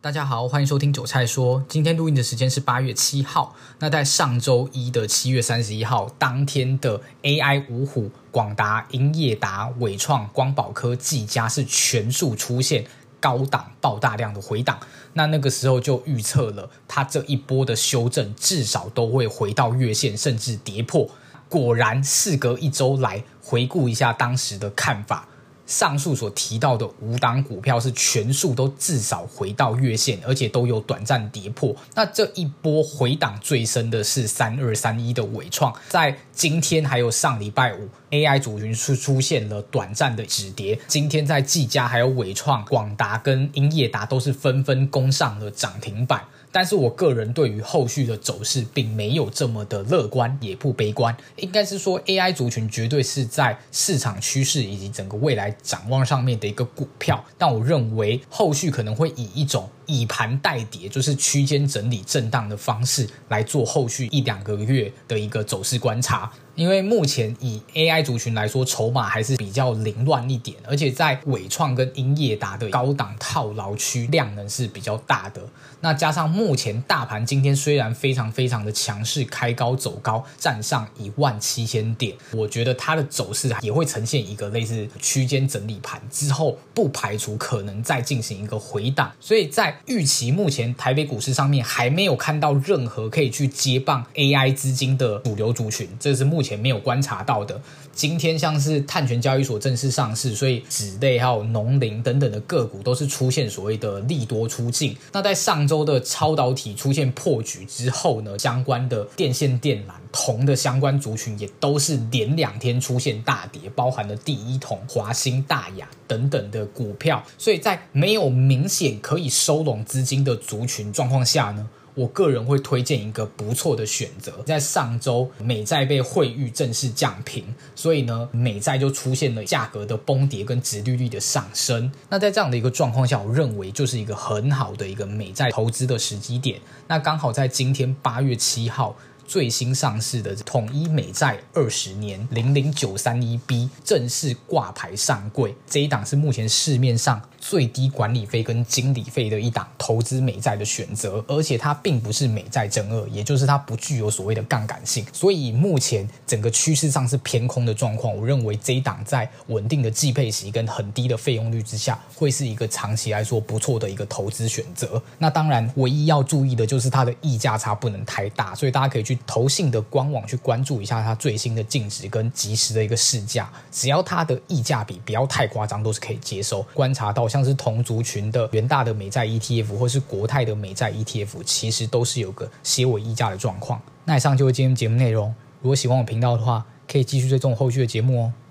大家好，欢迎收听韭菜说。今天录音的时间是8月7号。那在上周一的7月31号当天的 AI 五虎、广达、英业达、伟创、光宝科、技嘉是全数出现高档爆大量的回档。那个时候就预测了，它这一波的修正至少都会回到月线，甚至跌破。果然，事隔一周来回顾一下当时的看法。上述所提到的5档股票是全数都至少回到月线，而且都有短暂跌破。那这一波回档最深的是3231的伟创，在今天还有上礼拜五 AI 族群出现了短暂的止跌。今天在技嘉还有伟创、广达跟英业达都是纷纷攻上了涨停板。但是我个人对于后续的走势并没有这么的乐观，也不悲观。应该是说 AI 族群绝对是在市场趋势以及整个未来展望上面的一个股票，但我认为后续可能会以一种以盘代跌，就是区间整理震荡的方式来做后续1-2个月的一个走势观察。因为目前以 AI 族群来说，筹码还是比较凌乱一点，而且在伟创跟英业达的高档套牢区量能是比较大的。那加上目前大盘今天虽然非常的强势，开高走高，站上17000点，我觉得它的走势也会呈现一个类似区间整理盘，之后不排除可能再进行一个回档。所以在预期目前台北股市上面还没有看到任何可以去接棒 AI 资金的主流族群，这是目前没有观察到的。今天像是碳权交易所正式上市，所以纸类还有农林等等的个股都是出现所谓的利多出尽。那在上周的超导体出现破局之后呢，相关的电线电缆、铜的相关族群也都是连2天出现大跌，包含了第一铜、华兴、大雅等等的股票。所以在没有明显可以收拢资金的族群状况下呢，我个人会推荐一个不错的选择。在上周美债被惠誉正式降评，所以呢美债就出现了价格的崩跌跟殖利率的上升。那在这样的一个状况下，我认为就是一个很好的一个美债投资的时机点。那刚好在今天8月7号最新上市的统一美债20年 00931B 正式挂牌上柜，这一档是目前市面上最低管理费跟经理费的一档投资美债的选择，而且它并不是美债正二，也就是它不具有所谓的杠杆性，所以目前整个趋势上是偏空的状况。我认为这一档在稳定的季配息跟很低的费用率之下，会是一个长期来说不错的一个投资选择。那当然唯一要注意的就是它的溢价差不能太大，所以大家可以去投信的官网去关注一下它最新的净值跟即时的一个市价，只要它的溢价比不要太夸张，都是可以接受。观察到像是同族群的元大的美债 ETF 或是国泰的美债 ETF， 其实都是有个些微溢价的状况。那以上就是今天节目内容，如果喜欢我频道的话，可以继续追踪后续的节目哦。